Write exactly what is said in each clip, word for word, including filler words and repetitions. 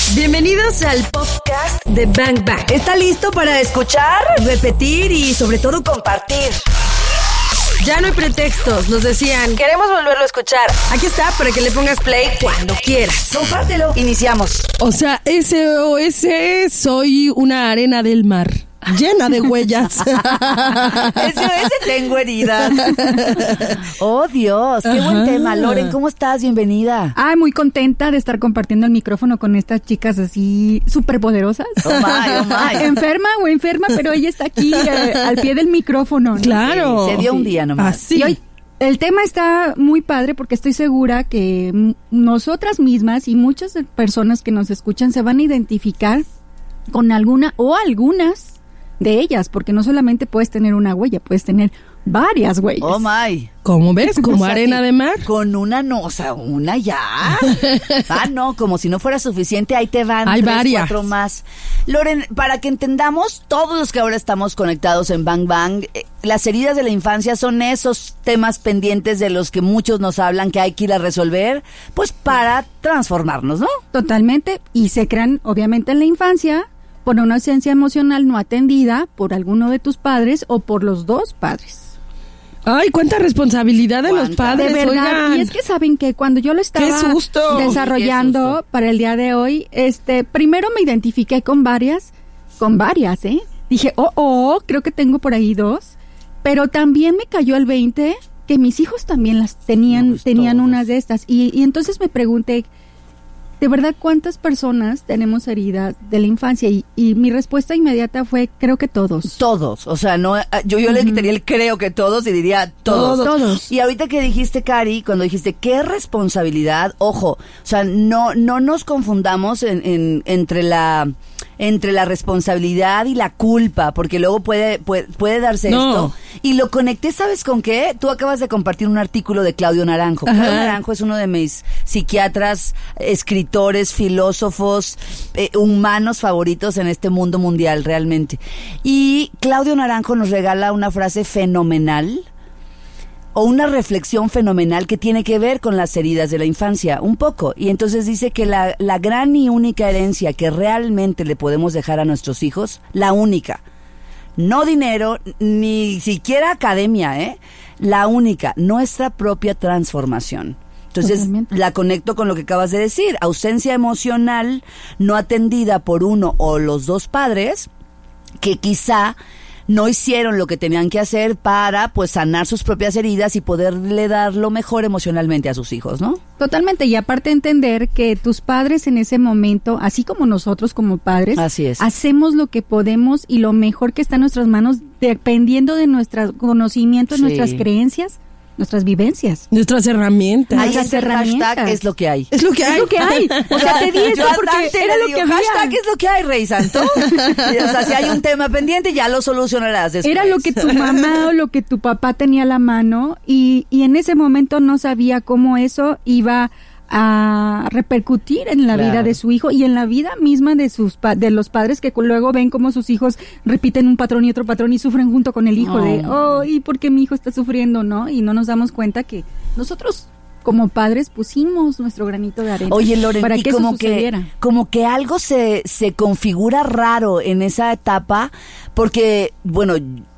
Bienvenidos al podcast de Bang Bang. ¿Está listo para escuchar, repetir y sobre todo compartir? Ya no hay pretextos, nos decían, queremos volverlo a escuchar. Aquí está para que le pongas play cuando quieras. Compártelo. Iniciamos. O sea, S O S, soy una arena del mar, llena de huellas. S O S, tengo heridas. Oh, Dios, qué Ajá. buen tema. Loren, ¿cómo estás? Bienvenida. Ay, muy contenta de estar compartiendo el micrófono con estas chicas así súper poderosas. Oh, my, oh, my. Enferma o enferma, pero ella está aquí eh, al pie del micrófono, ¿no? Claro. Se dio un día nomás. Así. Y hoy el tema está muy padre porque estoy segura que m- nosotras mismas y muchas personas que nos escuchan se van a identificar con alguna o algunas de ellas, porque no solamente puedes tener una huella, puedes tener varias huellas. Oh, my. ¿Cómo ves? Como O sea, arena sí, de mar. Con una no, o sea, una ya. Ah, no, como si no fuera suficiente, ahí te van Hay tres, varias. cuatro más. Loren, para que entendamos, todos los que ahora estamos conectados en Bang Bang, eh, las heridas de la infancia son esos temas pendientes de los que muchos nos hablan que hay que ir a resolver, pues para transformarnos, ¿no? Totalmente, y se crean obviamente en la infancia por una ausencia emocional no atendida por alguno de tus padres o por los dos padres. Ay, cuánta responsabilidad de los ¿Cuánta? padres, De verdad, oigan. y es que saben que cuando yo lo estaba ¡Qué susto! desarrollando ¡Qué susto! para el día de hoy, este, primero me identifiqué con varias, con varias, ¿eh? Dije, oh, oh, creo que tengo por ahí dos, pero también me cayó el veinte que mis hijos también las tenían, No, pues, tenían todos. unas de estas, y, y entonces me pregunté, ¿de verdad cuántas personas tenemos heridas de la infancia? Y, y mi respuesta inmediata fue, creo que todos. Todos, o sea, no, yo, yo le quitaría el creo que todos y diría todos. Todos. Todos. Y ahorita que dijiste, Cari, cuando dijiste qué responsabilidad, ojo, o sea, no, no nos confundamos en, en, entre la entre la responsabilidad y la culpa, porque luego puede, puede, puede darse No. esto. Y lo conecté, ¿sabes con qué? Tú acabas de compartir un artículo de Claudio Naranjo. Ajá. Claudio Naranjo es uno de mis psiquiatras, escritores, filósofos, eh, humanos favoritos en este mundo mundial, realmente. Y Claudio Naranjo nos regala una frase fenomenal, o una reflexión fenomenal que tiene que ver con las heridas de la infancia, un poco. Y entonces dice que la, la gran y única herencia que realmente le podemos dejar a nuestros hijos, la única, no dinero, ni siquiera academia, ¿eh? La única, nuestra propia transformación. Entonces, Totalmente. la conecto con lo que acabas de decir, ausencia emocional no atendida por uno o los dos padres, que quizá no hicieron lo que tenían que hacer para, pues, sanar sus propias heridas y poderle dar lo mejor emocionalmente a sus hijos, ¿no? Totalmente, y aparte entender que tus padres en ese momento, así como nosotros como padres, Así es. hacemos lo que podemos y lo mejor que está en nuestras manos, dependiendo de nuestros conocimientos, Sí. nuestras creencias, nuestras vivencias. Nuestras herramientas. Ahí Esas es el herramientas. hashtag, es lo que hay. Es lo que hay. Es lo que hay. O sea, te di esto Yo porque andante era le lo digo, que había. hashtag es lo que hay, Rey Santo. Y, o sea, si hay un tema pendiente, ya lo solucionarás después. Era lo que tu mamá o lo que tu papá tenía a la mano y, y en ese momento no sabía cómo eso iba a repercutir en la Claro. vida de su hijo y en la vida misma de sus pa- de los padres que luego ven cómo sus hijos repiten un patrón y otro patrón y sufren junto con el hijo No. de, oh, ¿y por qué mi hijo está sufriendo, no? Y no nos damos cuenta que nosotros como padres pusimos nuestro granito de arena Oye, Loren, para y que eso como que, sucediera. como que algo se, se configura raro en esa etapa, porque, bueno,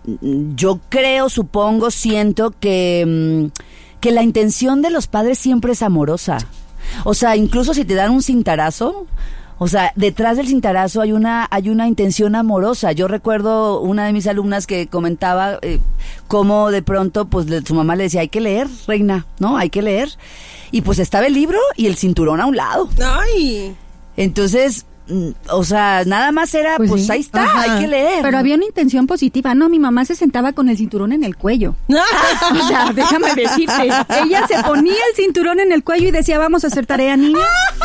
yo creo, supongo, siento que, mm, que la intención de los padres siempre es amorosa. O sea, incluso si te dan un cintarazo, o sea, detrás del cintarazo hay una hay una intención amorosa. Yo recuerdo una de mis alumnas que comentaba eh, cómo de pronto pues le, su mamá le decía, hay que leer, reina, ¿no? Hay que leer. Y pues estaba el libro y el cinturón a un lado. Ay. Entonces, mm, o sea, nada más era, pues, Pues sí. ahí está, Ajá. hay que leer. Pero había una intención positiva. No, mi mamá se sentaba con el cinturón en el cuello. O sea, déjame decirte, ella se ponía el cinturón en el cuello y decía, vamos a hacer tarea, niña.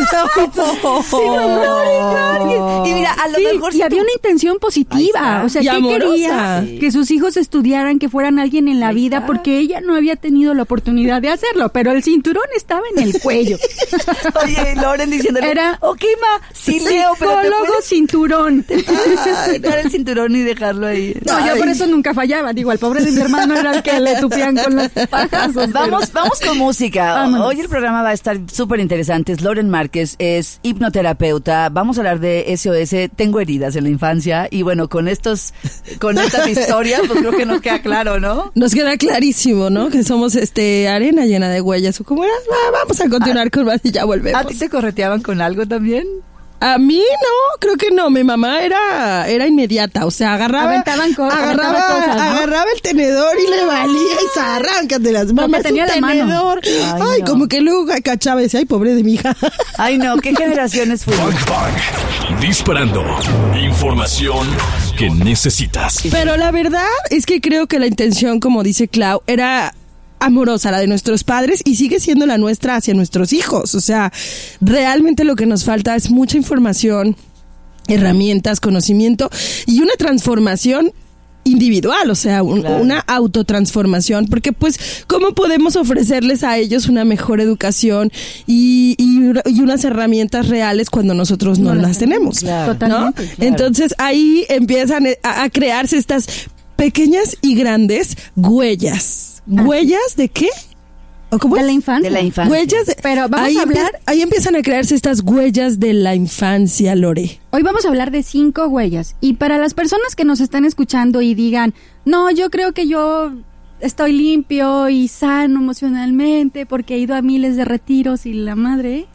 Sí, mamá. Y mira, a lo Sí, mejor y si había tú- una intención Ahí positiva. está. O sea, Y ¿qué amorosa. quería? Sí. Que sus hijos estudiaran, que fueran alguien en la Ahí vida, está. porque ella no había tenido la oportunidad de hacerlo, pero el cinturón estaba en el cuello. Oye, Loren diciéndole, Era- ok, ma, sí, Sí, leo, pero te Psicólogo puedes cinturón. dar el cinturón y dejarlo ahí. No, yo por eso nunca fallaba. Digo, el pobre de mi hermano era el que le tupían con los pajazos. Vamos, pero... vamos con música. Vámonos. Hoy el programa va a estar súper interesante. Loren Márquez es hipnoterapeuta. Vamos a hablar de S O S. Tengo heridas en la infancia. Y bueno, con estos, con estas historias, pues creo que nos queda claro, ¿no? Nos queda clarísimo, ¿no? Que somos este arena llena de huellas. ¿O cómo era? Va, vamos a continuar con más y ya volvemos. ¿A ti te correteaban con algo también? A mí no, creo que no. Mi mamá era era inmediata, o sea, agarraba Aventaban co- agarraba, aventaba cosas, ¿no? agarraba el tenedor y le valía y se arrancan de las manos. que tenía un la mano. tenedor. Ay, Ay, no. como que luego cachaba y decía, ay, pobre de mi hija. Ay, no, ¿qué generaciones fuimos? Bang Bang. Disparando. Información que necesitas. Pero la verdad es que creo que la intención, como dice Clau, era amorosa, la de nuestros padres, y sigue siendo la nuestra hacia nuestros hijos. O sea, realmente lo que nos falta es mucha información, herramientas, conocimiento y una transformación individual, o sea, un, Claro. una autotransformación, porque pues, ¿cómo podemos ofrecerles a ellos una mejor educación y, y, y unas herramientas reales cuando nosotros no, No las las tenemos? Claro. ¿no? Totalmente. Claro. Entonces ahí empiezan a, a crearse estas pequeñas y grandes huellas. ¿Huellas de qué? ¿O cómo De es? la infancia. De la infancia. Huellas de- Pero vamos ahí a hablar- empie- ahí empiezan a crearse estas huellas de la infancia, Lore. Hoy vamos a hablar de cinco huellas. Y para las personas que nos están escuchando y digan, no, yo creo que yo estoy limpio y sano emocionalmente porque he ido a miles de retiros y la madre...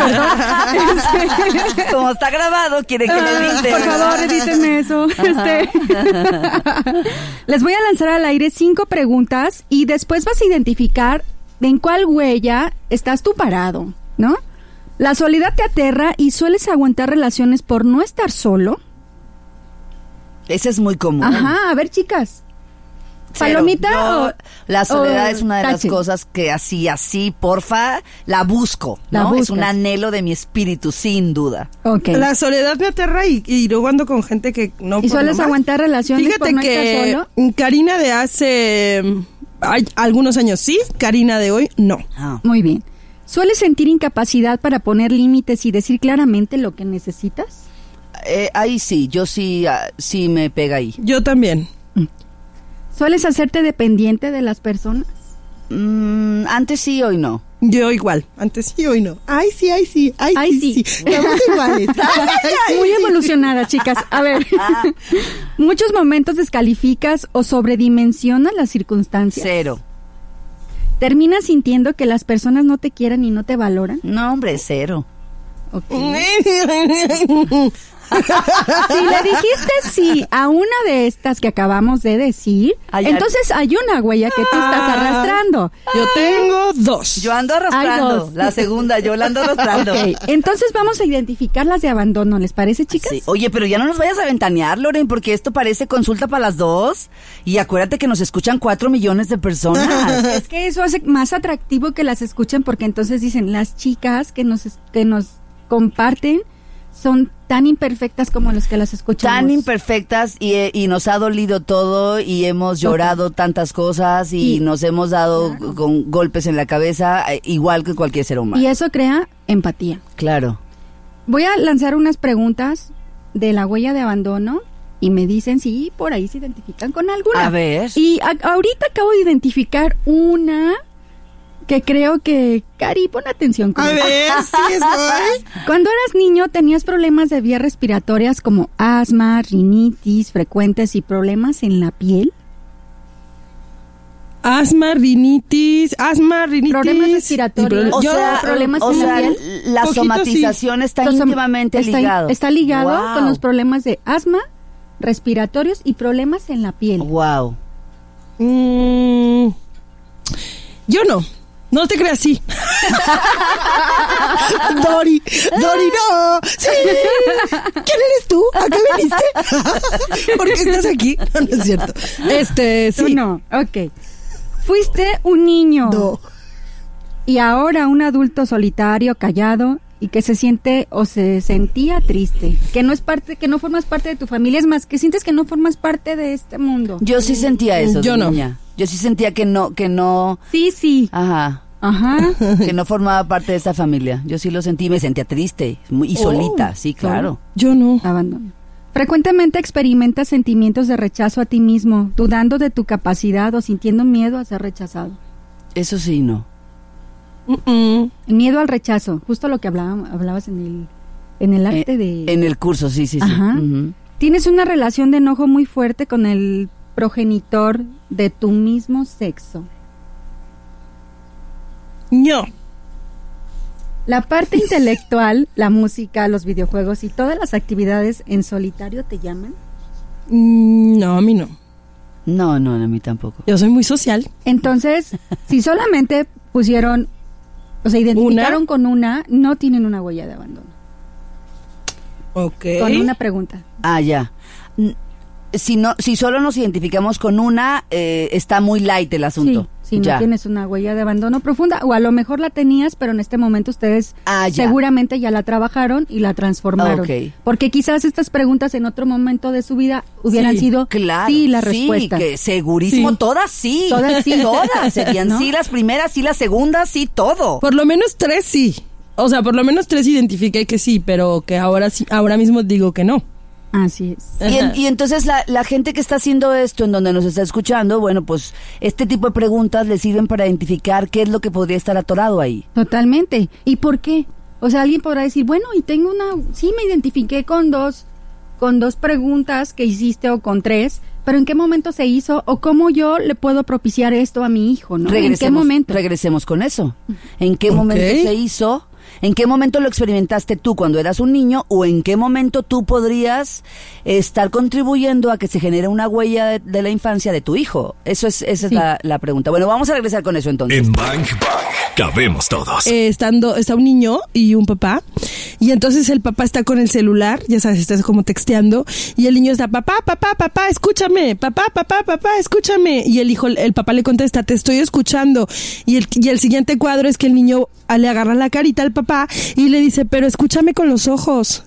Como está grabado, quiere que le Ah, edite. por favor, edítenme eso. Este. Les voy a lanzar al aire cinco preguntas y después vas a identificar en cuál huella estás tú parado, ¿no? La soledad te aterra y sueles aguantar relaciones por no estar solo. Ese es muy común. Ajá, a ver, chicas. Cero. ¿Palomita Yo, o- la soledad o es una de tache? las cosas que así, así, porfa, la busco, La ¿no? Es buscas. un anhelo de mi espíritu, sin duda. Ok. La soledad me aterra y, y luego ando con gente que no... ¿Y por sueles nomás. aguantar relaciones Fíjate por no que estar solo? Karina de hace mm, ay, algunos años sí, Karina de hoy no. Ah. Muy bien. ¿Sueles sentir incapacidad para poner límites y decir claramente lo que necesitas? Eh, ahí sí, yo sí, ah, sí me pega ahí. Yo también. ¿Sueles hacerte dependiente de las personas? Mm, antes sí, hoy no. Yo igual. Antes sí, hoy no. Ay, sí, ay, sí. Ay, Ay, sí, sí. sí. Estamos iguales. Ay, Muy sí. evolucionada, chicas. A ver, muchos momentos descalificas o sobredimensionas las circunstancias. Cero. ¿Terminas sintiendo que las personas no te quieren y no te valoran? No, hombre, cero. Ok. Si le dijiste sí a una de estas que acabamos de decir, Hay entonces hay una huella que tú estás arrastrando. Yo tengo dos. Yo ando Hay arrastrando. dos. La segunda, yo la ando arrastrando. Ok, entonces vamos a identificar las de abandono, ¿les parece, chicas? Sí. Oye, pero ya no nos vayas a ventanear, Loren, porque esto parece consulta para las dos. Y acuérdate que nos escuchan cuatro millones de personas. Es que eso hace más atractivo que las escuchen porque entonces dicen, las chicas que nos, que nos comparten son tan imperfectas como los que las escuchamos. Tan imperfectas y, eh, y nos ha dolido todo y hemos llorado tantas cosas y, Y- nos hemos dado con golpes en la cabeza, eh, igual que cualquier ser humano. Y eso crea empatía. Claro. Voy a lanzar unas preguntas de la huella de abandono y me dicen si por ahí se identifican con alguna. A ver. Y a- ahorita acabo de identificar una que creo que... Cari, pon atención. con A esto. ver, sí estoy. Cuando eras niño, ¿tenías problemas de vías respiratorias como asma, rinitis frecuentes y problemas en la piel? Asma, rinitis, asma, rinitis. Problemas respiratorios. Y pro- O yo- sea, problemas o en la sea, piel. la Poquito somatización está Los som- íntimamente está, ligado. Está ligado Wow. con los problemas de asma, respiratorios y problemas en la piel. Wow. Mm, yo no. No te creas así. Dori, Dori, no. Sí. ¿Quién eres tú? ¿A qué viniste? ¿Por qué estás aquí? No, no es cierto. Este, Tú sí. no, ok. Fuiste un niño No. y ahora un adulto solitario, callado y que se siente o se sentía triste, que no es parte, que no formas parte de tu familia, es más, que sientes que no formas parte de este mundo. Yo sí sentía eso. Yo de no. niña. Yo sí sentía que no, que no. Sí, sí. Ajá. Ajá. Que no formaba parte de esa familia. Yo sí lo sentí, me sentía triste y solita, sí, claro. Yo no. Abandono. Frecuentemente experimentas sentimientos de rechazo a ti mismo, dudando de tu capacidad o sintiendo miedo a ser rechazado. Eso sí, no. Mm-mm. El miedo al rechazo, justo lo que hablaba, hablabas en el, en el arte Eh, de... En el curso, sí, sí, sí. Ajá. Ujú. Tienes una relación de enojo muy fuerte con el progenitor de tu mismo sexo. No. La parte intelectual, la música, los videojuegos y todas las actividades en solitario te llaman. Mm, No, a mí no. No, no, a mí tampoco. Yo soy muy social. Entonces, si solamente pusieron, o sea, identificaron con una, no tienen una huella de abandono. Ok. Con una pregunta. Ah, ya. N- Si no, si solo nos identificamos con una, eh, está muy light el asunto. Sí, si no Ya. tienes una huella de abandono profunda, o a lo mejor la tenías, pero en este momento ustedes Ah, ya. seguramente ya la trabajaron y la transformaron. Ok. Porque quizás estas preguntas en otro momento de su vida hubieran Sí, sido Claro. sí la sí, respuesta. que segurísimo, Sí. todas sí. Todas sí. Todas serían ¿No? sí las primeras, sí las segundas, sí todo. Por lo menos tres sí. O sea, por lo menos tres identifiqué que sí, pero que ahora sí, ahora mismo digo que no. Así es. Y, en- y entonces la, la gente que está haciendo esto, en donde nos está escuchando, bueno, pues este tipo de preguntas le sirven para identificar qué es lo que podría estar atorado ahí. Totalmente. ¿Y por qué? O sea, alguien podrá decir, bueno, y tengo una, sí me identifiqué con dos, con dos preguntas que hiciste o con tres, pero ¿en qué momento se hizo o cómo yo le puedo propiciar esto a mi hijo, ¿no? ¿En qué momento? Regresemos con eso. ¿En qué Ok. momento se hizo? ¿En qué momento lo experimentaste tú cuando eras un niño? ¿O en qué momento tú podrías estar contribuyendo a que se genere una huella de, de la infancia de tu hijo? Eso es, esa Sí. es la, la pregunta. Bueno, vamos a regresar con eso entonces. En Bang Bang cabemos todos. Eh, estando, está un niño y un papá, y entonces el papá está con el celular, ya sabes, está como texteando, y el niño está, papá, papá, papá, escúchame, papá, papá, papá, escúchame, y el hijo, el papá le contesta, te estoy escuchando, y el, y el siguiente cuadro es que el niño ah, le agarra la carita al papá y le dice, pero escúchame con los ojos.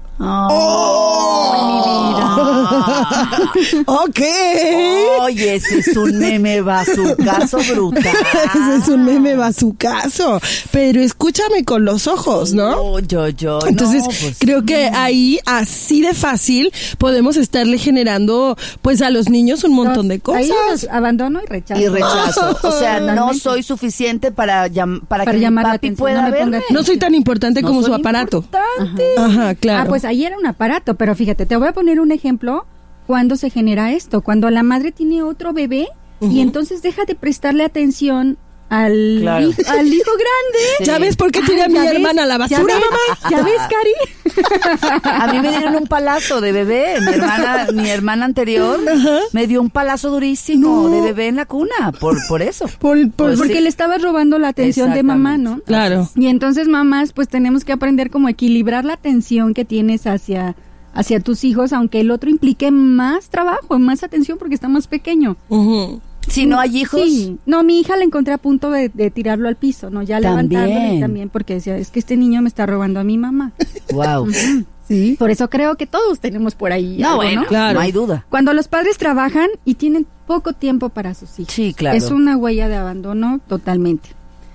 Ok. Oye, ese es un meme bazucazo brutal. Ese es un meme bazucazo, pero escúchame con los ojos, ¿no? No, yo, yo. Entonces, no, pues, creo que ahí, así de fácil, podemos estarle generando, pues, a los niños un montón de Ahí cosas. los abandono y rechazo. Y rechazo. O sea, no Totalmente. soy suficiente para, llam- para, Para que llamar mi la papi atención, pueda no me ponga verme. No soy tan importante No como su soy aparato. importante. Ajá, claro. Ah, pues ahí era un aparato, pero fíjate, te voy a poner un ejemplo cuando se genera esto, cuando la madre tiene otro bebé y entonces deja de prestarle atención al, Claro. hijo, al hijo grande. ¿Ya ves por qué tiré a mi ¿ya ves? hermana a la ¿Ya basura, ves? mamá? ¿Ya ves, Cari? A mí me dieron un palazo de bebé. Mi hermana, mi hermana anterior me dio un palazo durísimo de bebé en la cuna. Por, por eso. Por- por- Pues Porque sí. le estabas robando la atención de mamá, ¿no? Claro. Y entonces mamás, pues tenemos que aprender como equilibrar la atención que tienes hacia, hacia tus hijos, aunque el otro implique más trabajo, más atención porque está más pequeño. Ujú. Si no hay hijos, Sí. No, mi hija la encontré a punto de, de tirarlo al piso, ¿no? Ya También. levantándole también porque decía, es que este niño me está robando a mi mamá. wow. Sí. Por eso creo que todos tenemos por ahí No, algo, bueno, ¿no? Claro. no hay duda. Cuando los padres trabajan y tienen poco tiempo para sus hijos. Sí, claro. Es una huella de abandono totalmente.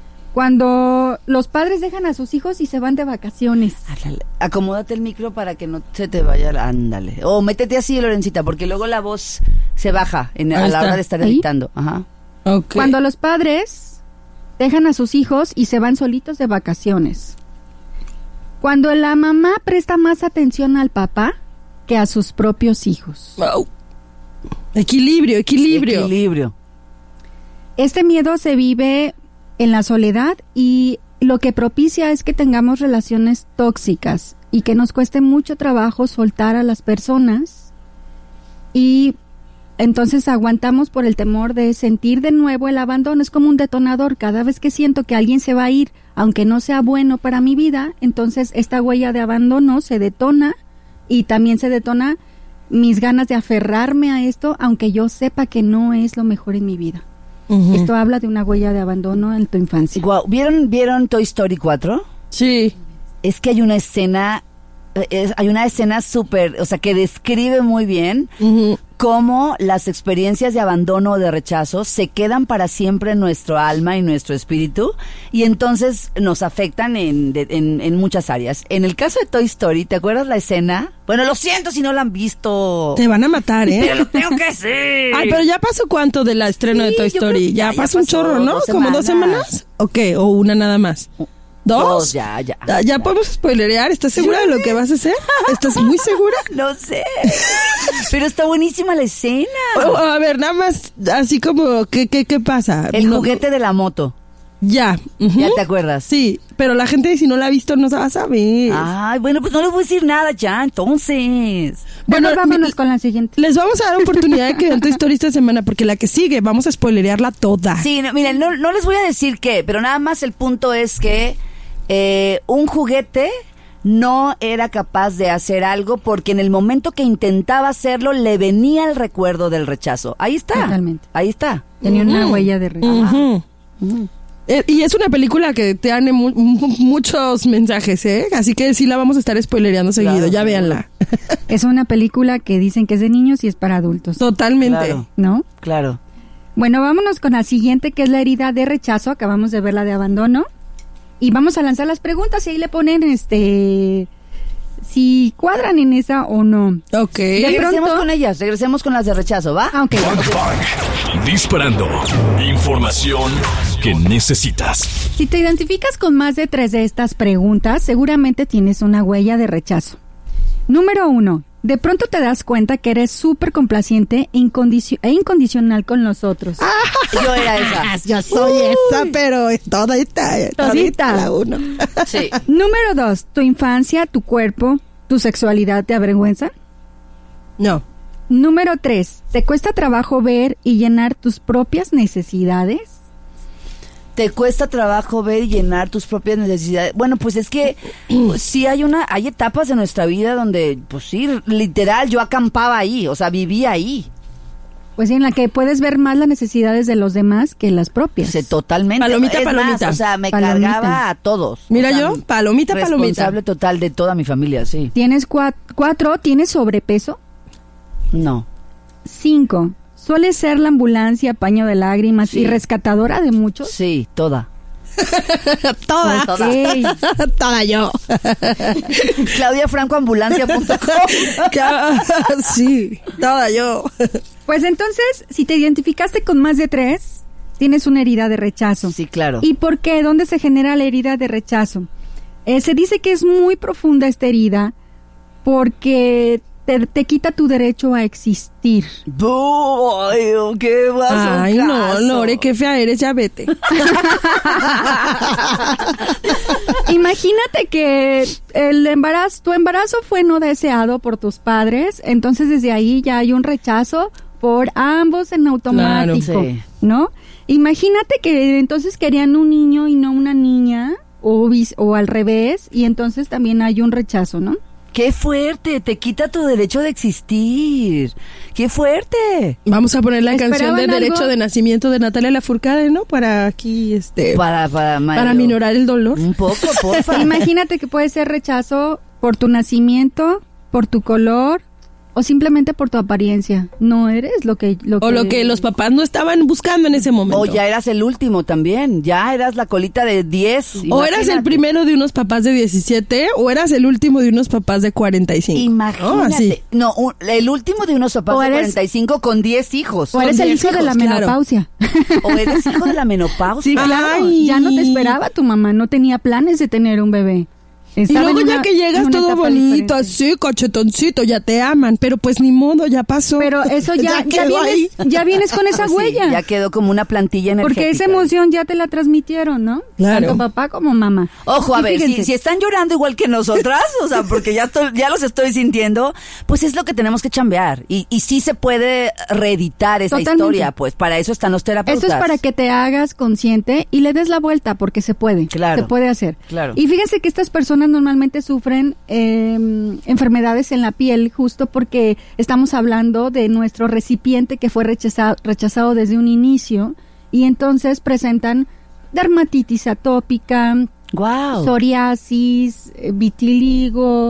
Cuando los padres dejan a sus hijos y se van de vacaciones. Ándale, acomódate el micro para que no se te vaya. Ándale. O métete así, Lorencita, porque luego la voz se baja en, a Ahí la está. hora de estar ¿Ahí? editando. Ajá. Ok. Cuando los padres dejan a sus hijos y se van solitos de vacaciones. Cuando la mamá presta más atención al papá que a sus propios hijos. Wow. Equilibrio, equilibrio. Equilibrio. Este miedo se vive en la soledad y lo que propicia es que tengamos relaciones tóxicas y que nos cueste mucho trabajo soltar a las personas y entonces aguantamos por el temor de sentir de nuevo el abandono. Es como un detonador. Cada vez que siento que alguien se va a ir, aunque no sea bueno para mi vida, entonces esta huella de abandono se detona y también se detona mis ganas de aferrarme a esto, aunque yo sepa que no es lo mejor en mi vida. Ujú. Esto habla de una huella de abandono en tu infancia. Guau, ¿Vieron, ¿Vieron Toy Story cuatro? Sí. Es que hay una escena, eh, es- hay una escena súper, o sea, que describe muy bien Ujú. cómo las experiencias de abandono o de rechazo se quedan para siempre en nuestro alma y nuestro espíritu y entonces nos afectan en, de, en, en muchas áreas. En el caso de Toy Story, ¿te acuerdas la escena? Bueno, lo siento si no la han visto. Te van a matar, ¿eh? Pero lo tengo que decir. Ay, pero ya pasó cuánto de la estreno Sí, de Toy yo creo Story. que Ya, ya- ya pasó un pasó, chorro, ¿no? dos ¿Como dos semanas. semanas? ¿O qué? ¿O una nada más? ¿Dos? Dos, ya, ya. Ya, ya podemos spoilerear. ¿Estás segura de lo que vas a hacer? ¿Estás muy segura? No sé. Pero está buenísima la escena. O- a ver, nada más, así como, ¿qué, qué, qué pasa? El No- juguete de la moto. Ya. ujú. ¿Ya te acuerdas? Sí, pero la gente si no la ha visto no va a saber. Ay, bueno, pues no les voy a decir nada ya, entonces. Bueno, Bueno, vámonos mi- con la siguiente. Les vamos a dar oportunidad de que vean Toy Story esta semana, porque la que sigue, vamos a spoilerearla toda. Sí, no, miren, no, no les voy a decir qué, pero nada más el punto es que eh, un juguete no era capaz de hacer algo porque en el momento que intentaba hacerlo le venía el recuerdo del rechazo. Ahí está. Totalmente. Ahí está. Tenía una huella de rechazo. Ujú. Eh, y es una película que te dan mu- mu- muchos mensajes, ¿eh? Así que sí la vamos a estar spoilereando seguido, Claro, ya seguro. véanla. Es una película que dicen que es de niños y es para adultos, Totalmente. Claro. ¿no? Claro. Bueno, vámonos con la siguiente, que es la herida de rechazo. Acabamos de ver la de abandono. Y vamos a lanzar las preguntas y ahí le ponen, este, si cuadran en esa o no. Ok. Regresemos pronto- con ellas, regresemos con las de rechazo, ¿va? Ah, ok. Bang. Disparando. Información que necesitas. Si te identificas con más de tres de estas preguntas, seguramente tienes una huella de rechazo. Número uno, de pronto te das cuenta que eres súper complaciente e, incondicio- e incondicional con los otros. Yo era esa. Yo soy esa, pero es todita, eh, Todita. todita la uno. Sí. Número dos, tu infancia, tu cuerpo, tu sexualidad te avergüenza. No. Número tres, ¿te cuesta trabajo ver y llenar tus propias necesidades? ¿Te cuesta trabajo ver y llenar tus propias necesidades? Bueno, pues es que pues, sí hay una, hay etapas de nuestra vida donde, pues sí, literal, yo acampaba ahí, o sea, vivía ahí. Pues sí, en la que puedes ver más las necesidades de los demás que las propias. Sí, totalmente. Palomita, Es más, palomita. o sea, me Palomita. cargaba a todos. Mira O sea, yo, palomita, palomita. Responsable total de toda mi familia, sí. Tienes cua- cuatro, ¿tienes sobrepeso? No. Cinco, ¿suele ser la ambulancia paño de lágrimas Sí. y rescatadora de muchos? Sí, toda. Toda. Ok. Toda yo. Claudia Franco ambulancia punto com. Que- sí, toda yo. Pues entonces, si te identificaste con más de tres, tienes una herida de rechazo. Sí, claro. ¿Y por qué? ¿Dónde se genera la herida de rechazo? Eh, se dice que es muy profunda esta herida porque te, te quita tu derecho a existir. Ay, ¿qué vas a Ay, no, Lore, qué fea eres, ya vete. Imagínate que el embarazo, tu embarazo fue no deseado por tus padres, entonces desde ahí ya hay un rechazo por ambos en automático, Claro, sí. ¿no? Imagínate que entonces querían un niño y no una niña, o, vis- o al revés, y entonces también hay un rechazo, ¿no? ¡Qué fuerte! Te quita tu derecho de existir. ¡Qué fuerte! Vamos a poner la canción ¿Esperaban de algo? Derecho de Nacimiento de Natalia Lafourcade, ¿no? Para aquí, este... Para, para, para minorar el dolor. Un poco, porfa. Imagínate que puede ser rechazo por tu nacimiento, por tu color, o simplemente por tu apariencia. No eres lo que... Lo O lo que los papás no estaban buscando en ese momento. O ya eras el último también. Ya eras la colita de diez. O eras el Imagínate. primero de unos papás de diecisiete, o eras el último de unos papás de cuarenta y cinco. Imagínate. ¿No? Así. No, un- el último de unos papás O de eres- cuarenta y cinco con diez hijos. O eres Con el diez hijo de la hijos, claro. menopausia. O eres hijo de la menopausia. Sí, claro. Ay. Ya no te esperaba tu mamá, no tenía planes de tener un bebé. Y Estaba luego en ya una- que en llegas una todo etapa bonito, diferente. así, cachetoncito, ya te aman, pero pues ni modo, ya pasó. Pero eso ya, ya, quedó vienes, ahí. ya vienes con esa Pues sí, huella. ya quedó como una plantilla energética. Porque esa emoción ya te la transmitieron, ¿no? Claro. Tanto papá como mamá. Ojo, a Y ver, si, fíjense, si están llorando igual que nosotras, o sea, porque ya, estoy- ya los estoy sintiendo, pues es lo que tenemos que chambear. Y, y sí se puede reeditar esa Totalmente. historia, pues para eso están los terapeutas. Eso es para que te hagas consciente y le des la vuelta, porque se puede. Claro. Se puede hacer. Claro. Y fíjense que estas personas normalmente sufren eh, enfermedades en la piel justo porque estamos hablando de nuestro recipiente que fue rechazado, rechazado desde un inicio y entonces presentan dermatitis atópica, Wow. psoriasis, eh, vitiligo,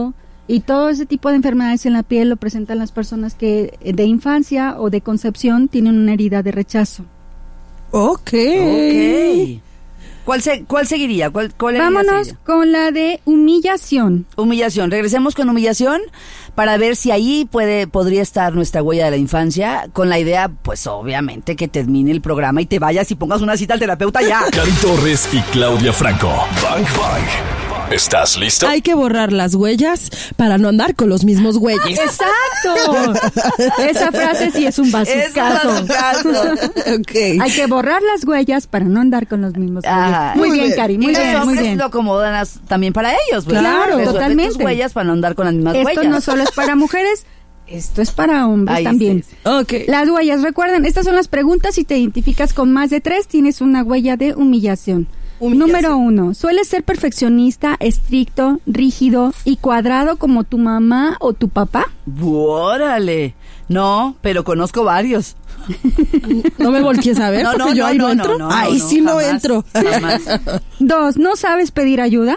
Y todo ese tipo de enfermedades en la piel lo presentan las personas que de infancia o de concepción tienen una herida de rechazo. Ok. Ok. ¿Cuál, se, cuál seguiría? ¿Cuál, cuál herida Vámonos seguiría? con la de humillación. Humillación. Regresemos con humillación para ver si ahí puede podría estar nuestra huella de la infancia, con la idea, pues obviamente, que termine el programa y te vayas y pongas una cita al terapeuta ya. Cari Torres y Claudia Franco. Bang Bang. ¿Estás listo? Hay que borrar las huellas para no andar con los mismos güeyes. ¡Exacto! Esa frase sí es un bazucazo. Es un caso. Ok. Hay que borrar las huellas para no andar con los mismos güeyes. Ajá. Muy, Muy bien, bien. Cari, Y muy los bien, muy hombres bien. lo acomodan as- también para ellos, ¿verdad? Claro, Resuelve totalmente. tus huellas para no andar con las mismas Esto huellas. no solo es para mujeres, esto es para hombres Ahí también. sí. Ok. Las huellas, recuerden, estas son las preguntas. Si te identificas con más de tres, tienes una huella de humillación. Humillación. Número uno, ¿sueles ser perfeccionista, estricto, rígido y cuadrado como tu mamá o tu papá? ¡Órale! No, pero conozco varios. No me voltees a ver, No, porque no, yo no, ahí no, no, entro. no, no, Ahí no, sí no jamás, entro. jamás. Dos, ¿no sabes pedir ayuda?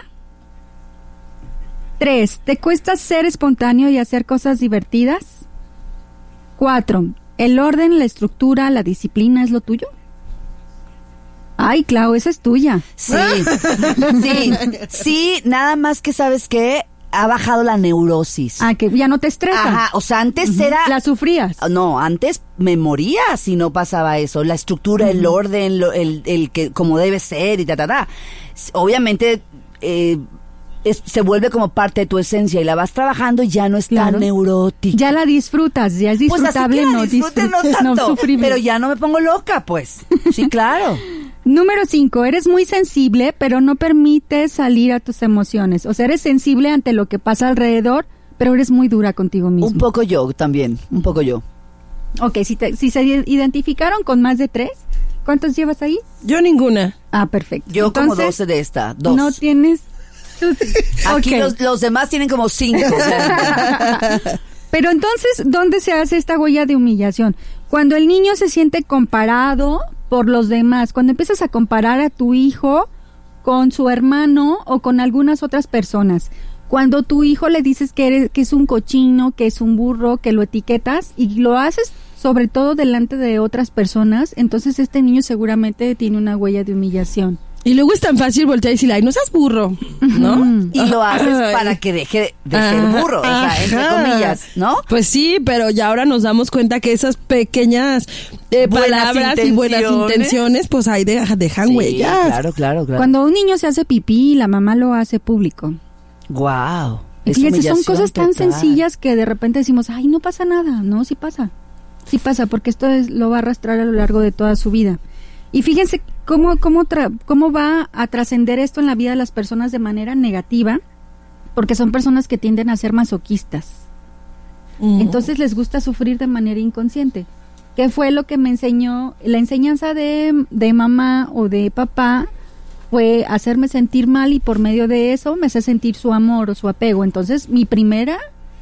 Tres, ¿te cuesta ser espontáneo y hacer cosas divertidas? Cuatro, ¿el orden, la estructura, la disciplina es lo tuyo? Ay, Clau, esa es tuya. Sí, sí, sí, nada más que, ¿sabes qué? Ha bajado la neurosis. Ah, que ya no te estresa. Ajá, o sea, antes era... La sufrías. No, antes me moría si no pasaba eso. La estructura, el orden, lo- el, el que como debe ser y ta, ta, ta. S- Obviamente eh, es- se vuelve como parte de tu esencia y la vas trabajando y ya no es Claro. tan neurótica. Ya la disfrutas, ya es Pues así disfrutable, que la no, disfrute, disfrut- no tanto, sufrible. pero ya no me pongo loca, pues. Sí, claro. Número cinco, eres muy sensible, pero no permites salir a tus emociones. O sea, eres sensible ante lo que pasa alrededor, pero eres muy dura contigo mismo. Un poco yo también, un poco yo. Ok, si, te- si se identificaron con más de tres, ¿cuántos llevas ahí? Yo ninguna. Ah, perfecto. Yo como Entonces, doce de esta, dos. No tienes... tú sí. Aquí Ok. los, los demás tienen como cinco. Pero entonces, ¿dónde se hace esta huella de humillación? Cuando el niño se siente comparado por los demás, cuando empiezas a comparar a tu hijo con su hermano o con algunas otras personas. Cuando tu hijo le dices que, eres, que es un cochino, que es un burro, que lo etiquetas y lo haces sobre todo delante de otras personas, entonces este niño seguramente tiene una huella de humillación. Y luego es tan fácil voltear y decirle, ay, no seas burro, ¿no? Y lo haces Ay. para que deje de ser Ajá, burro, o sea, entre ajá. comillas, ¿no? Pues sí, pero ya ahora nos damos cuenta que esas pequeñas eh, Buenas palabras y buenas intenciones. intenciones, pues ahí de- dejan Sí, huellas. claro, claro, claro. Cuando un niño se hace pipí, la mamá lo hace público. Wow. Y fíjense, son cosas tan sencillas que de repente decimos, ay, no pasa nada. No, sí pasa. Sí pasa, porque esto es, lo va a arrastrar a lo largo de toda su vida. Y fíjense cómo, cómo, tra- cómo va a trascender esto en la vida de las personas de manera negativa, porque son personas que tienden a ser masoquistas. Mm. Entonces les gusta sufrir de manera inconsciente. ¿Qué fue lo que me enseñó? La enseñanza de, de mamá o de papá fue hacerme sentir mal y por medio de eso me hace sentir su amor o su apego. Entonces mi primera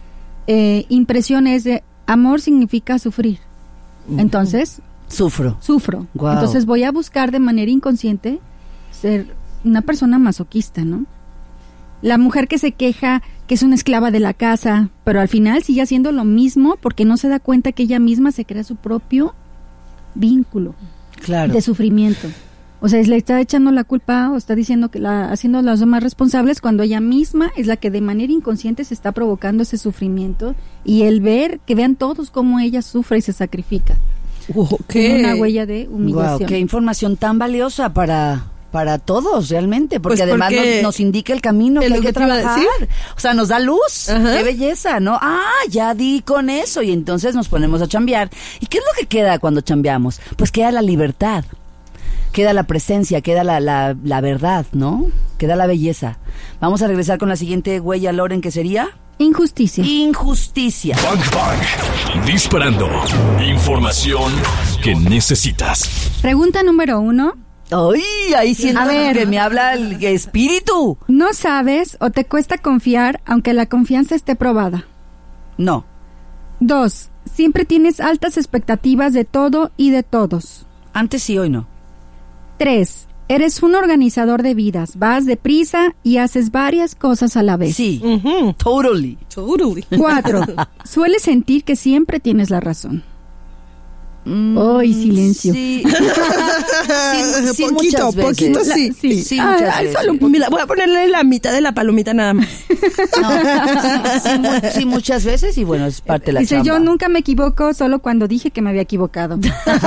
eh, impresión es de amor significa sufrir. Entonces Sufro. sufro. Guau. Entonces voy a buscar de manera inconsciente ser una persona masoquista, ¿no? La mujer que se queja que es una esclava de la casa, pero al final sigue haciendo lo mismo porque no se da cuenta que ella misma se crea su propio vínculo Claro. de sufrimiento. O sea, le está echando la culpa o está diciendo que la haciendo las demás responsables cuando ella misma es la que de manera inconsciente se está provocando ese sufrimiento y el ver que vean todos cómo ella sufre y se sacrifica. Ok. Tiene una huella de humillación. Wow, qué información tan valiosa para para todos realmente, porque Pues además porque nos, nos indica el camino que es lo hay que que te iba a trabajar. decir. O sea, nos da luz. Ajá. Qué belleza, ¿no? Ah, ya di con eso y entonces nos ponemos a chambear. ¿Y qué es lo que queda cuando chambeamos? Pues queda la libertad. Queda la presencia, queda la, la, la verdad, ¿no? Queda la belleza. Vamos a regresar con la siguiente huella, Loren, que sería Injusticia. injusticia. Bang Bang. Disparando. Información que necesitas. Pregunta número uno. Ay, ahí siento A ver. que me habla el espíritu. ¿No sabes o te cuesta confiar aunque la confianza esté probada? No. Dos. Siempre tienes altas expectativas de todo y de todos. Antes sí, hoy no. Tres. Eres un organizador de vidas. Vas deprisa y haces varias cosas a la vez. Sí, Ujú. totally. Totally. Cuatro. Sueles sentir que siempre tienes la razón. ¡Ay, silencio! Sí, sí, sí, Poquito, muchas veces. poquito, La- sí. sí, sí, Ah, muchas ay, veces. solo un poquito. Mira, voy a ponerle la mitad de la palomita nada más. No, sí, sí, mu- sí, muchas veces y bueno, es parte de la Dice, chamba. yo nunca me equivoco, solo cuando dije que me había equivocado.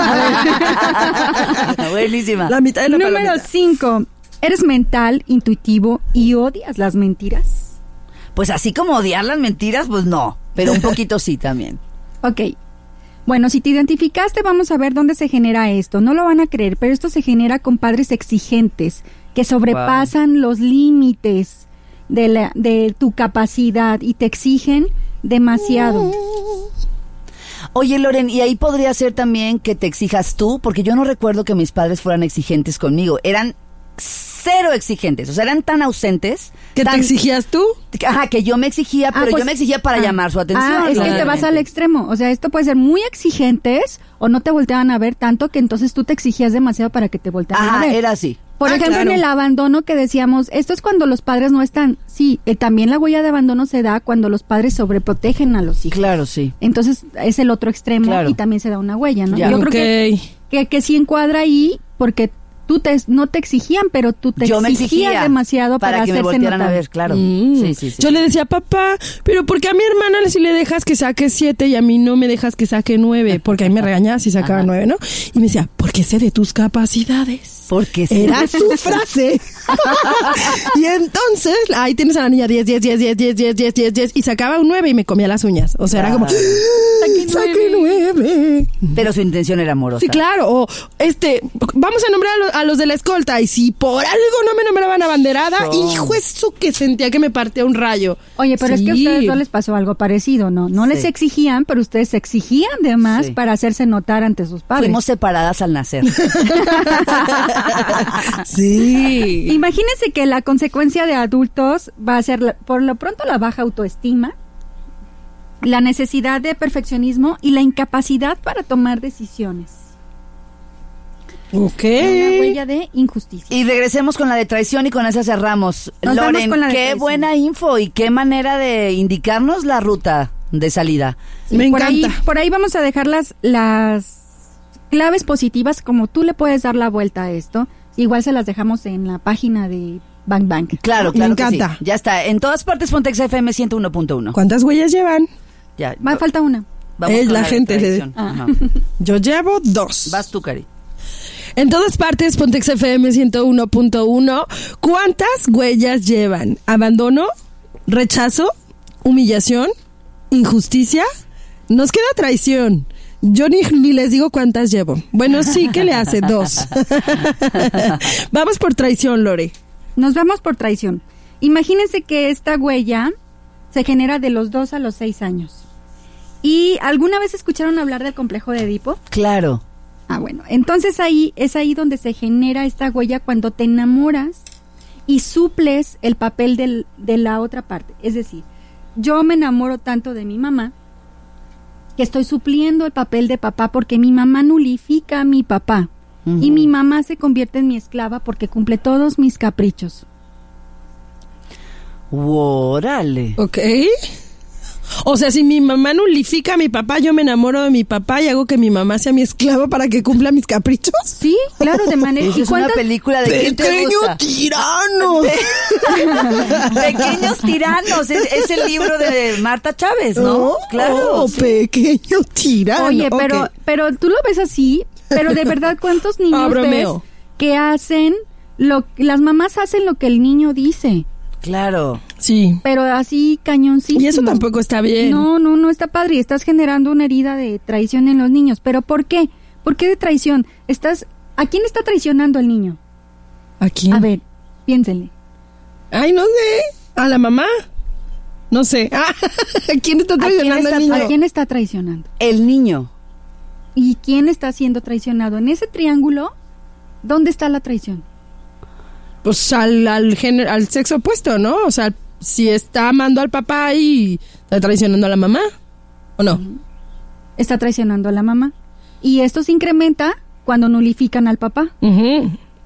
Buenísima. La mitad de la Número palomita. cinco. Eres mental, intuitivo y odias las mentiras. Pues así como odiar las mentiras, pues no, pero un poquito sí también. Ok. Bueno, si te identificaste, vamos a ver dónde se genera esto. No lo van a creer, pero esto se genera con padres exigentes que sobrepasan los límites de, la, de tu capacidad y te exigen demasiado. Oye, Loren, y ahí podría ser también que te exijas tú, porque yo no recuerdo que mis padres fueran exigentes conmigo. Eran cero exigentes, o sea, eran tan ausentes. ¿Qué tan- te exigías tú? Ajá, que yo me exigía, pero Ah, pues- yo me exigía para ah. llamar su atención. Ah, es que te vas realmente. al extremo. O sea, esto puede ser muy exigentes o no te volteaban a ver tanto que entonces tú te exigías demasiado para que te voltearan a Ajá, ver. era así. Por Ah, ejemplo, claro. en el abandono que decíamos, esto es cuando los padres no están. Sí, eh, también la huella de abandono se da cuando los padres sobreprotegen a los hijos. Claro, sí. Entonces es el otro extremo Claro. y también se da una huella, ¿no? Ya. Yo creo que, Ok. que, que sí encuadra ahí porque tú te, no te exigían, pero tú te Yo me exigías exigía demasiado para, para que me hacerse voltearan notar. a ver, claro. Mm. Sí, sí, sí. Yo le decía, papá, pero ¿por qué a mi hermana si le dejas que saque siete y a mí no me dejas que saque nueve? Porque a mí me regañaba si sacaba Ajá. nueve, ¿no? Y me decía, porque sé de tus capacidades. Porque sí. Era su frase. Y entonces, ahí tienes a la niña diez, diez, diez, diez, diez, diez, diez, diez, diez, y sacaba un nueve y me comía las uñas. O sea, era como, Claro. saqué nueve. Pero su intención era amorosa. Sí, claro. O, este, vamos a nombrar a, lo- a los de la escolta. Y si por algo no me nombraban abanderada, No. hijo, eso que sentía que me partía un rayo. Oye, pero es que a Sí. ustedes no les pasó algo parecido, ¿no? No les Sí. exigían, pero ustedes se exigían de más Sí. para hacerse notar ante sus padres. Fuimos separadas al nacer. Sí. Imagínense que la consecuencia de adultos va a ser, la- por lo pronto, la baja autoestima, la necesidad de perfeccionismo y la incapacidad para tomar decisiones. Ok. Una huella de injusticia. Y regresemos con la de traición y con esa cerramos. Nos vamos Loren, con la de qué traición. buena info y qué manera de indicarnos la ruta de salida. Me por encanta. Ahí, por ahí vamos a dejar las, las claves positivas, como tú le puedes dar la vuelta a esto. Igual se las dejamos en la página de Bang Bang. Claro, Me claro que encanta. sí. Ya está. En todas partes Pontex F M ciento uno punto uno. ¿Cuántas huellas llevan? Ya. Va, falta una. Vamos Es con la de gente de- traición. Ah. Ajá. Yo llevo dos. Vas tú, Cari. En todas partes, Pontex F M ciento uno punto uno. ¿Cuántas huellas llevan? ¿Abandono? ¿Rechazo? ¿Humillación? ¿Injusticia? Nos queda traición. Yo ni, ni les digo cuántas llevo. Bueno, sí, ¿qué le hace? Dos. Vamos por traición, Lore. Nos vamos por traición. Imagínense que esta huella se genera de los dos a los seis años. ¿Y alguna vez escucharon hablar del complejo de Edipo? Claro. Ah, bueno. Entonces ahí es ahí donde se genera esta huella cuando te enamoras y suples el papel del- de la otra parte. Es decir, yo me enamoro tanto de mi mamá que estoy supliendo el papel de papá porque mi mamá nulifica a mi papá. Ujú. Y mi mamá se convierte en mi esclava porque cumple todos mis caprichos. Órale. ¿Ok? O sea, si mi mamá nulifica a mi papá, yo me enamoro de mi papá y hago que mi mamá sea mi esclavo para que cumpla mis caprichos. Sí, claro, de manera... Esa ¿Y es una cuántas- película de quién te ¡Pequeño gusta? tirano! Pequeños tiranos. Es, es el libro de Marta Chávez, ¿no? Oh, Claro. oh, sí. pequeño tirano. Oye, pero, Ok. pero tú lo ves así, pero de verdad, ¿cuántos niños Ah, ves bromeo. que hacen lo las mamás hacen lo que el niño dice, Claro. Sí. pero así cañoncísimo? Y eso tampoco está bien. No, no, no está padre. Y estás generando una herida de traición en los niños. ¿Pero por qué? ¿Por qué de traición? Estás, ¿a quién está traicionando el niño? ¿A quién? A ver, piénsenle. Ay, no sé. ¿A la mamá? No sé. Ah, ¿a quién está traicionando está al niño? ¿A quién está traicionando? El niño. ¿Y quién está siendo traicionado? En ese triángulo, ¿dónde está la traición? Pues al, al, género, al sexo opuesto, ¿no? O sea, si está amando al papá y está traicionando a la mamá, ¿o no? Está traicionando a la mamá. Y esto se incrementa cuando nulifican al papá. Ujú.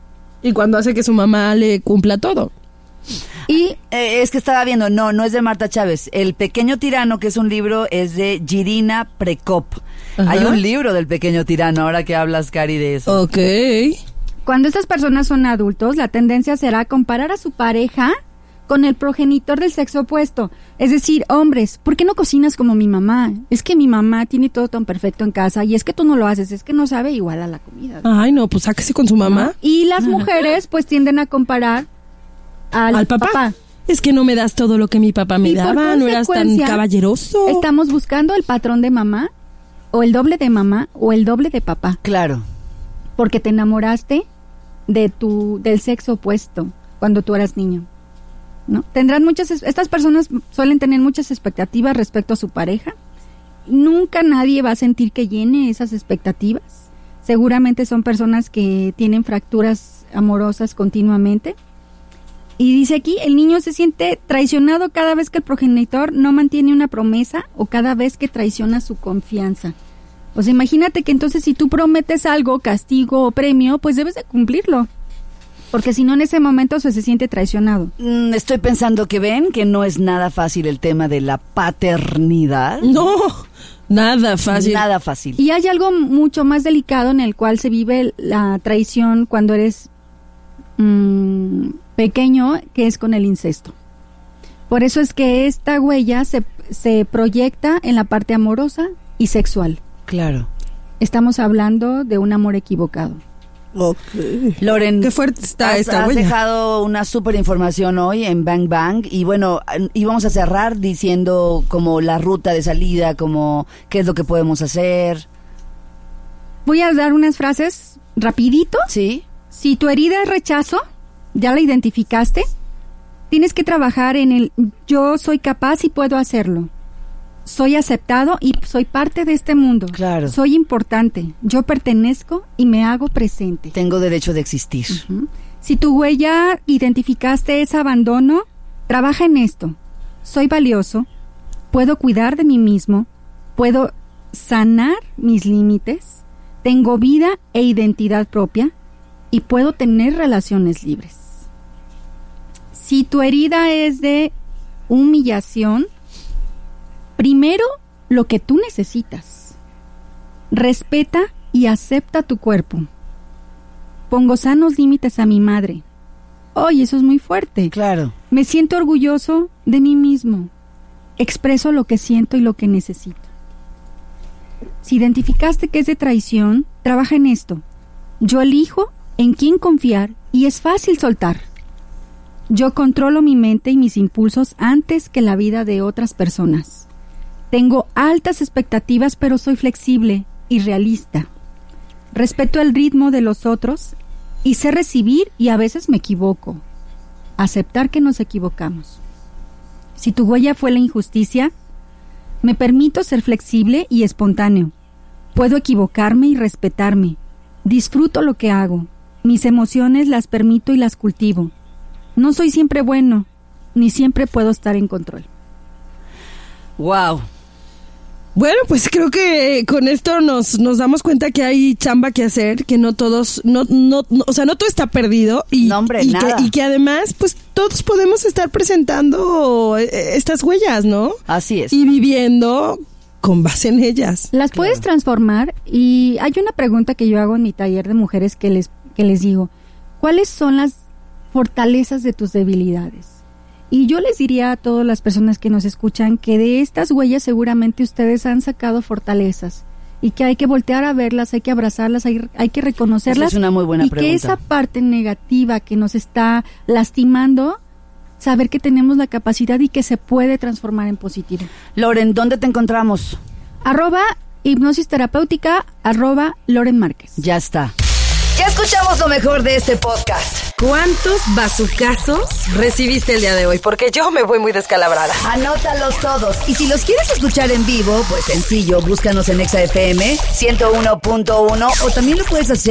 Y cuando hace que su mamá le cumpla todo. Y eh, es que estaba viendo, no, no es de Marta Chávez. El Pequeño Tirano, que es un libro, es de Jirina Prekop. Ajá. Hay un libro del Pequeño Tirano, ahora que hablas, Cari, de eso. Ok. Cuando estas personas son adultos, la tendencia será comparar a su pareja con el progenitor del sexo opuesto. Es decir, hombres, ¿por qué no cocinas como mi mamá? Es que mi mamá tiene todo tan perfecto en casa y es que tú no lo haces, es que no sabe igual a la comida. Ay, no, pues sáquese con su mamá. Y las mujeres pues tienden a comparar al, ¿Al papá? papá. Es que no me das todo lo que mi papá me Y por daba, no eras tan consecuencia, caballeroso. Estamos buscando el patrón de mamá, o el doble de mamá, o el doble de papá. Claro. Porque te enamoraste de tu, del sexo opuesto cuando tú eras niño, ¿no? Tendrán muchas, estas personas suelen tener muchas expectativas respecto a su pareja. Nunca nadie va a sentir que llene esas expectativas. Seguramente son personas que tienen fracturas amorosas continuamente. Y dice aquí, el niño se siente traicionado cada vez que el progenitor no mantiene una promesa o cada vez que traiciona su confianza. O sea, imagínate que entonces si tú prometes algo, castigo o premio, pues debes de cumplirlo. Porque si no, en ese momento pues, se siente traicionado. Mm, estoy pensando que ven que no es nada fácil el tema de la paternidad. No, nada fácil. Nada fácil. Y hay algo mucho más delicado en el cual se vive la traición cuando eres mmm, pequeño, que es con el incesto. Por eso es que esta huella se, se proyecta en la parte amorosa y sexual. Claro. Estamos hablando de un amor equivocado. Okay. Loren, qué fuerte está has, esta has huella. dejado una súper información hoy en Bang Bang y bueno, íbamos a cerrar diciendo como la ruta de salida, como qué es lo que podemos hacer. Voy a dar unas frases rapidito. ¿Sí? Si tu herida es rechazo, ya la identificaste, tienes que trabajar en el yo soy capaz y puedo hacerlo. Soy aceptado y soy parte de este mundo. Claro. Soy importante. Yo pertenezco y me hago presente. Tengo derecho de existir. Uh-huh. Si tu huella identificaste es abandono, trabaja en esto. Soy valioso. Puedo cuidar de mí mismo. Puedo sanar mis límites. Tengo vida e identidad propia. Y puedo tener relaciones libres. Si tu herida es de humillación, primero, lo que tú necesitas. Respeta y acepta tu cuerpo. Pongo sanos límites a mi madre. Oye, eso es muy fuerte. Claro. Me siento orgulloso de mí mismo. Expreso lo que siento y lo que necesito. Si identificaste que es de traición, trabaja en esto. Yo elijo en quién confiar y es fácil soltar. Yo controlo mi mente y mis impulsos antes que la vida de otras personas. Tengo altas expectativas, pero soy flexible y realista. Respeto el ritmo de los otros y sé recibir y a veces me equivoco. Aceptar que nos equivocamos. Si tu huella fue la injusticia, me permito ser flexible y espontáneo. Puedo equivocarme y respetarme. Disfruto lo que hago. Mis emociones las permito y las cultivo. No soy siempre bueno, ni siempre puedo estar en control. Wow. Bueno, pues creo que con esto nos nos damos cuenta que hay chamba que hacer, que no todos, no, no, no o sea, no todo está perdido y, no, hombre, y, nada. Que, y que además, pues todos podemos estar presentando estas huellas, ¿no? Así es. Y viviendo con base en ellas. Las Claro. puedes transformar y hay una pregunta que yo hago en mi taller de mujeres que les, que les digo, ¿cuáles son las fortalezas de tus debilidades? Y yo les diría a todas las personas que nos escuchan que de estas huellas seguramente ustedes han sacado fortalezas y que hay que voltear a verlas, hay que abrazarlas, hay, hay que reconocerlas. Esa es una muy buena y pregunta. que esa parte negativa que nos está lastimando, saber que tenemos la capacidad y que se puede transformar en positivo. Loren, ¿dónde te encontramos? Arroba hipnosis terapéutica, arroba Loren Márquez. Ya está. Ya escuchamos lo mejor de este podcast. ¿Cuántos bazucazos recibiste el día de hoy? Porque yo me voy muy descalabrada. Anótalos todos. Y si los quieres escuchar en vivo, pues sencillo, búscanos en Exa F M ciento uno punto uno o también lo puedes hacer